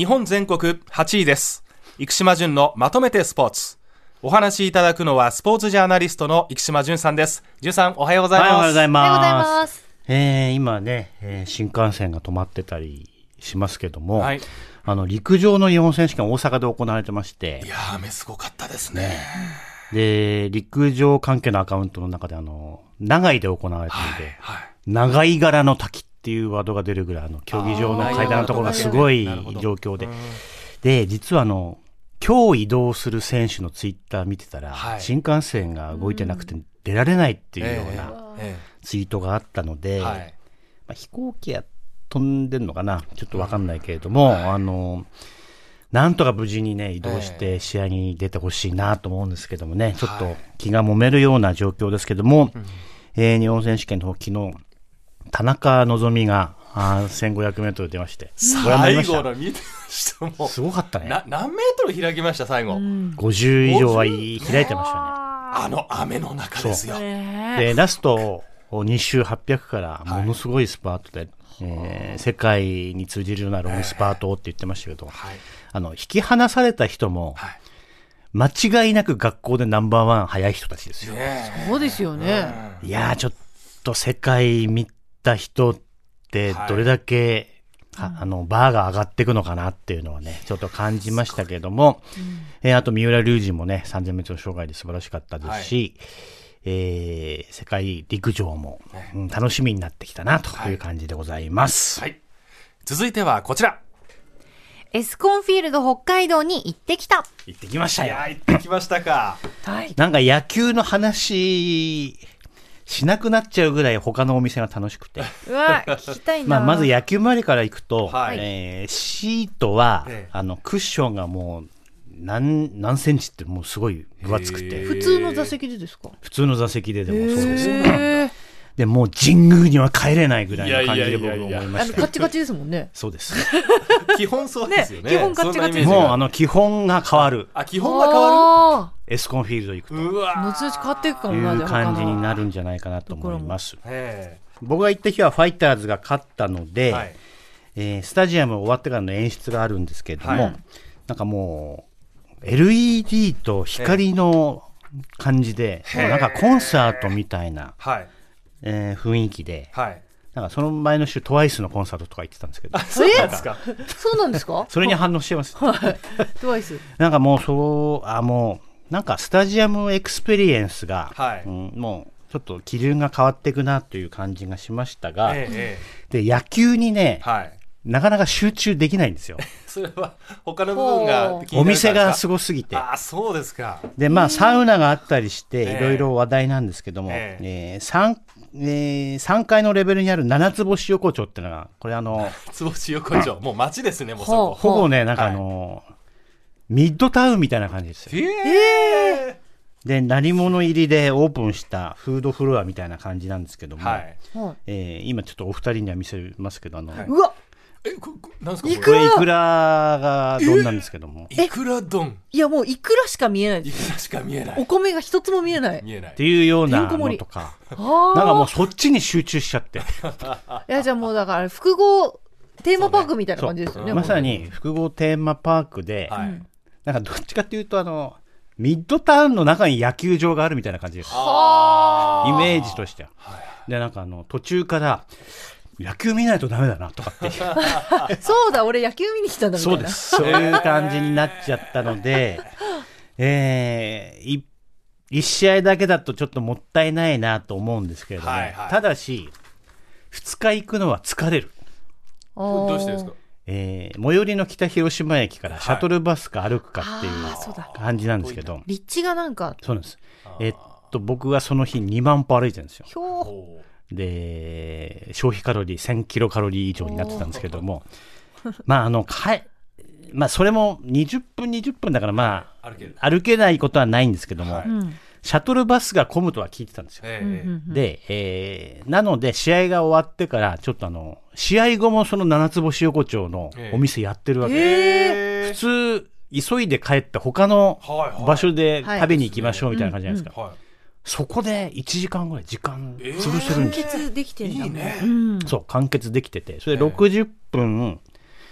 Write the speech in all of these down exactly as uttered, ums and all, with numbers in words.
日本全国はちいです。生島淳のまとめてスポーツ。お話しいただくのはスポーツジャーナリストの生島淳さんです。淳さん、おはようございます。 おはようございます。 おはようございます。 えー、今ね、えー、新幹線が止まってたりしますけども、 はい、 あの陸上の日本選手権大阪で行われてまして、 いやー、雨すごかったですね。 で、陸上関係のアカウントの中であの長井で行われていて、 はいはい、 長井柄の滝っていうワードが出るぐらい、あの競技場の階段のところがすごい状況で、で実はあの今日移動する選手のツイッター見てたら、はい、新幹線が動いてなくて出られないっていうようなツイートがあったので、はい、まあ、飛行機や飛んでるのかなちょっと分かんないけれども、はい、あのなんとか無事にね移動して試合に出てほしいなと思うんですけどもね、ちょっと気が揉めるような状況ですけども、はい、えー、日本選手権の昨日田中希実があせんごひゃくメートル出まして、 最後の見てましたもん。 すごかったね。 な何メートル開きました最後、うん、 ごじゅう以上は開いてましたね。 あの雨の中ですよ。 でラストに周はっぴゃくからものすごいスパートで、はい、えー、世界に通じるようなロングスパートって言ってましたけど、はい、あの引き離された人も、はい、間違いなく学校でナンバーワン速い人たちですよ。 そうですよね。 いやー、ちょっと世界見た人ってどれだけ、はい、あのバーが上がっていくのかなっていうのはねちょっと感じましたけども、うん、えー、あと三浦龍司もねさんぜんメートル障害で素晴らしかったですし、はい、えー、世界陸上も、うん、楽しみになってきたなという感じでございます、 はいはい、続いてはこちら、 エスコンフィールド北海道に行ってきた。 行ってきましたよ。 いや行ってきましたか、 はい、 なんか野球の話しなくなっちゃうぐらい他のお店が楽しくて、 うわ聞きたいな。 まあ、まず野球周りから行くと、 はい、 えー、シートは、ええ、あのクッションがもう 何, 何センチってもうすごい分厚くて、 普通の座席でですか？ 普通の座席ででもそうですね。でもう神宮には帰れないぐらいの感じで僕は思いました。 あのカッチカチですもんね。 そうです基本そうですよね。 基本カッチカチ。 もうあの基本が変わる。 あ、基本が変わる。 エスコンフィールド行くとうわ後々変わっていくかもな、 いう感じになるんじゃないかなと思います。僕が行った日はファイターズが勝ったので、はい、えー、スタジアム終わってからの演出があるんですけれども、はい、なんかもう エルイーディー と光の感じで、なんかコンサートみたいな、はい、えー、雰囲気で、はい、なんかその前の週トワイスのコンサートとか行ってたんですけど、 そうなんですかそうなんですかそれに反応してます、 はい、トワイスなんかもうそうあもうなんかスタジアムエクスペリエンスが、はい、うん、もうちょっと基準が変わっていくなという感じがしましたが、ええ、で野球にね、はい、なかなか集中できないんですよそれは他の部分がお店がすごすぎて。 あ、そうですか。 で、まあ、サウナがあったりしていろいろ話題なんですけども、えーえー 3, えー、さんがいのレベルにある七つ星横丁っていうのがこれあの七つ星横丁もう街ですね。もうそこほぼねなんかあの、はい、ミッドタウンみたいな感じですよ。 えー、で何物入りでオープンしたフードフロアみたいな感じなんですけども、はい、えー、今ちょっとお二人には見せますけど、あの、はい、 うわえここなんですか？ いくら、いくらが丼なんですけども、 いくら丼、 いやもういくらしか見えないです。 いくらしか見えない。 お米が一つも見えない見えないっていうようなのとかなんかもうそっちに集中しちゃっていやじゃあもうだから複合テーマパークみたいな感じですよね。 まさに複合テーマパークで、はい、なんかどっちかっていうとあのミッドタウンの中に野球場があるみたいな感じです。イメージとしては、はい、でなんかあの途中から野球見ないとダメだなとかってそうだ俺野球見に来たんだみたいな、 そうですそういう感じになっちゃったので、えー、いち試合だけだとちょっともったいないなと思うんですけれども、はいはい、ただしふつか行くのは疲れる。 どうしてですか？ えー、最寄りの北広島駅からシャトルバスか歩くかっていう感じなんですけど、はい、 立地がなんかそうなんです。えー、っと僕はその日にまん歩歩いてるんですよ。 ひょーで消費カロリーせんキロカロリー以上になってたんですけどもまああのかい、まあ、それもにじゅっぷんにじゅっぷんだからまあ歩ける、歩けないことはないんですけども、はい、シャトルバスが混むとは聞いてたんですよ、えー、で、えー、なので試合が終わってからちょっとあの試合後もその七つ星横丁のお店やってるわけで、えー、普通急いで帰って他の場所で食べに行きましょうみたいな感じじゃないですか、はいはい、そこでいちじかんぐらい時間潰せるんですよ、 えー、完結できてるんだ、 いいね、うん、そう完結できててそれでろくじゅっぷん、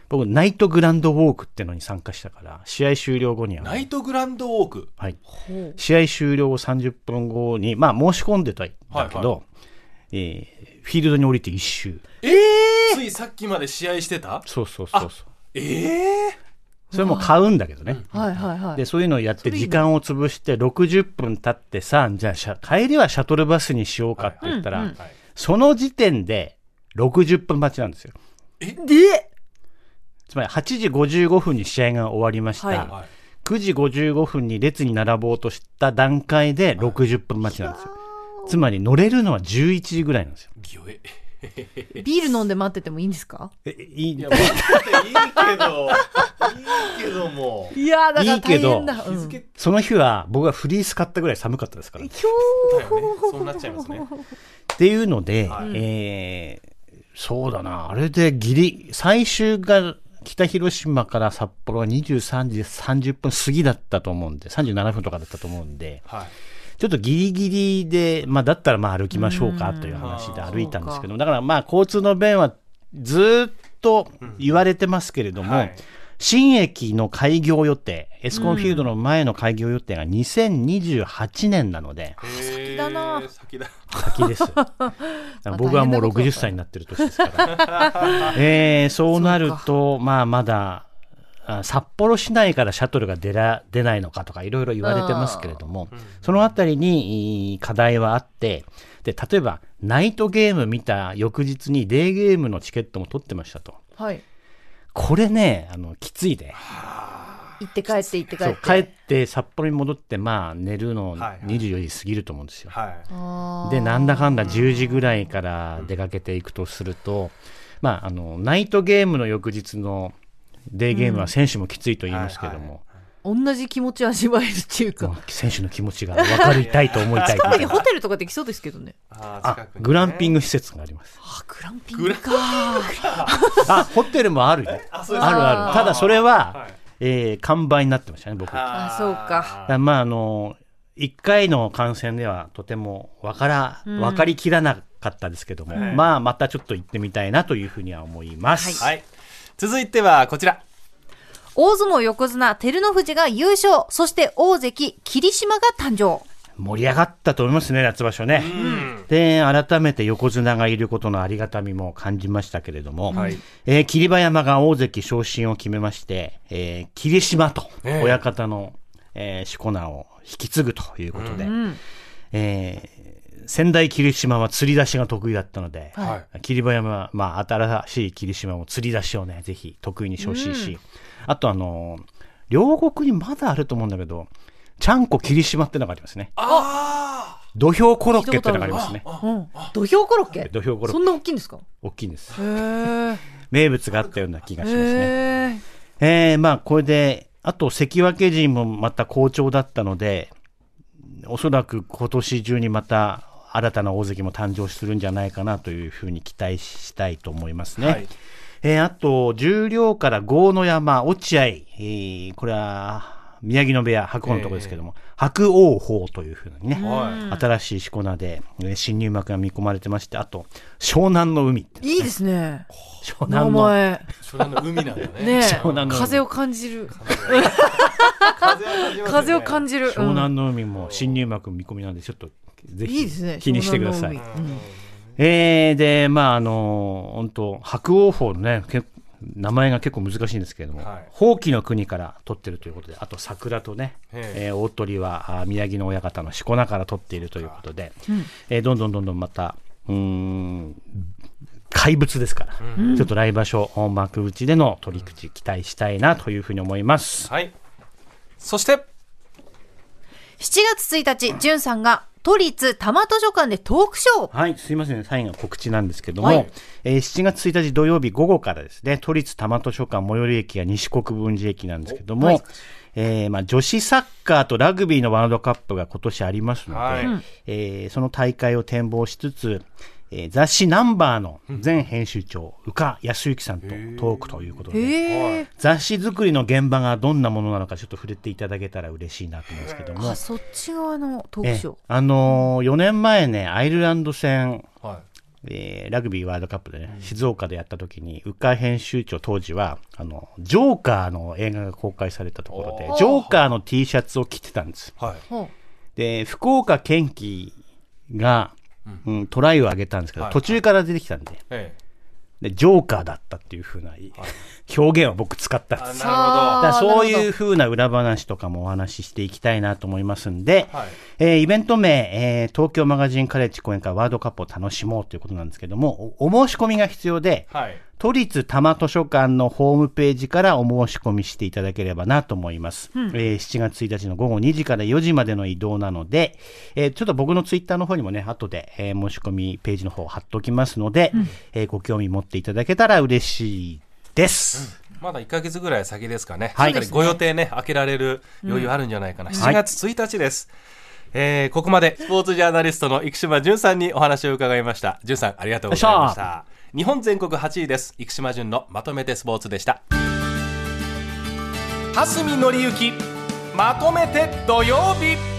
僕ナイトグランドウォークってのに参加したから、試合終了後にはナイトグランドウォーク、 はい、試合終了後さんじゅっぷんごに、まあ、申し込んでたんだけど、はいはい、えー、フィールドに降りて一周、 えー、ついさっきまで試合してた。 そうそうそうそう、 えー、 それも買うんだけどね、 はいはいはい、 でそういうのをやって時間を潰してろくじゅっぷん経ってさ、じゃあ帰りはシャトルバスにしようかって言ったら、はいはいはい、その時点でろくじゅっぷん待ちなんですよ。 えでつまりはちじごじゅうごふんに試合が終わりました、はい、くじごじゅうごふんに列に並ぼうとした段階でろくじゅっぷん待ちなんですよ、はい、つまり乗れるのはじゅういちじぐらいなんですよ。 ビール飲んで待っててもいいんですか。 えいいいや待ってていいけどいいけどもいやだから大変だ、 いいけど、うん、その日は僕はフリース買ったぐらい寒かったですから、ね、 ひょー、 ね、そうなっちゃいますねっていうので、 はい、 えー、そうだな、あれでギリ最終が北広島から札幌はにじゅうさんじさんじゅっぷん過ぎだったと思うんで、さんじゅうななふんとかだったと思うんで、はい、ちょっとギリギリで、まあ、だったらまあ歩きましょうかという話で歩いたんですけど、だからまあ交通の便はずっと言われてますけれども、うん、はい、新駅の開業予定、エスコンフィールドの前の開業予定がにせんにじゅうはちねんなので、 先だな、 先だ先です僕はもうろくじゅっさいになってる年ですから、えー、そうなるとまあまだ札幌市内からシャトルが 出, ら出ないのかとかいろいろ言われてますけれども、そのあたりに課題はあって、で例えばナイトゲーム見た翌日にデーゲームのチケットも取ってましたと、 はい、 これねあのきついで、 行って帰って行って帰って帰って札幌に戻ってまあ寝るのにじゅうよじ過ぎると思うんですよ、はいはい、でなんだかんだじゅうじぐらいから出かけていくとすると、まあ、あのナイトゲームの翌日のデーゲームは選手もきついと言いますけども、うんはいはい、同じ気持ち味わえるっていうか、 選手の気持ちが分かりたいと思いたい近くにホテルとかできそうですけどね。 ああグランピング施設があります。 あグランピングかあホテルもあるよあ, あるある、ただそれは、はい、えー、完売になってましたね僕。 あそうか、 だまああのいっかいの観戦ではとても分から分かりきらなかったですけども、うん、まあまたちょっと行ってみたいなというふうには思います、 はいはい、続いてはこちら、 大相撲横綱照ノ富士が優勝、そして大関霧島が誕生。 盛り上がったと思いますね夏場所ね、うん、で改めて横綱がいることのありがたみも感じましたけれども、はい、えー、霧馬山が大関昇進を決めまして、えー、霧島と親方の、えー、しこ名を引き継ぐということで、うん、えー、仙台霧島は釣り出しが得意だったので、はい、霧馬山は、まあ、新しい霧島も釣り出しをねぜひ得意に昇進し、うん、あとあの両国にまだあると思うんだけどちゃんこ霧島ってのがありますね。あ土俵コロッケってのがありますね。 うん、土俵コロッケ、 土俵コロッケそんな大きいんですか。 大きいんです。 へ名物があったような気がしますね。えー、まあこれであと関脇陣もまた好調だったので、おそらく今年中にまた新たな大関も誕生するんじゃないかなというふうに期待したいと思いますね。はい、えー、あと十両から豪ノ山、落合、えー、これは宮城野部屋白鵬のところですけども、えー、白王鵬というふうにね、新しいしこ名で新入幕が見込まれてまして、あと湘南の海って、ね、 いいですね。 湘南の湘南の海なんだね。 ね湘南の風を感じる風を感じる湘南の海も新入幕見込みなんで、ちょっとぜひ気にしてください。いいですね、うん、えー、でまああの本当白王鵬のね名前が結構難しいんですけれども、はい、ほうきの国から取っているということで、あと桜とね、えー、大鳥は宮城の親方のしこ名から取っているということで、うん、えー、どんどんどんどんまたうーん怪物ですから、うん、ちょっと来場所幕内での取り口期待したいなというふうに思います、 はい、そしてしちがつついたち、じゅんさんが都立多摩図書館でトークショー。 はい、すいません、ね、最後告知なんですけども、はい、えー、しちがつついたち土曜日午後からですね、都立多摩図書館最寄り駅や西国分寺駅なんですけども、はい、えーまあ、女子サッカーとラグビーのワールドカップが今年ありますので、はい、えー、その大会を展望しつつ、えー、雑誌ナンバーの前編集長、宇賀康之さんとトークということで、雑誌作りの現場がどんなものなのかちょっと触れていただけたら嬉しいなと思うんですけども、 あ、そっち側のトークショー、 あのー、よねんまえねアイルランド戦、はい、 えー、ラグビーワールドカップでね、静岡でやった時に、鵜飼編集長当時は、あの、ジョーカーの映画が公開されたところで、ジョーカーの T シャツを着てたんです。はい、で、福岡堅樹が、うん、トライを上げたんですけど、はい、途中から出てきたんで、はい、でジョーカーだったっていう風な、はい、表現を僕使ったんです。なるほど。だからそういう風な裏話とかもお話ししていきたいなと思いますんで、はい、えー、イベント名、えー、東京マガジンカレッジ講演会ワールドカップを楽しもうということなんですけども、お、お申し込みが必要で、はい、都立多摩図書館のホームページからお申し込みしていただければなと思います。うん、えー、しちがつついたちの午後にじからよじまでの移動なので、えー、ちょっと僕のツイッターの方にもね、後で、えー、申し込みページの方貼っておきますので、うん、えー、ご興味持っていただけたら嬉しいです。 うん、まだいっかげつぐらい先ですかね。はい、しっかりご予定ね、開けられる余裕あるんじゃないかな。うん、しちがつついたちです。はい、えー、ここまでスポーツジャーナリストの生島淳さんにお話を伺いました。淳さん、ありがとうございました。日本全国はちいです。生島淳のまとめてスポーツでした。蓮見紀之まとめて土曜日。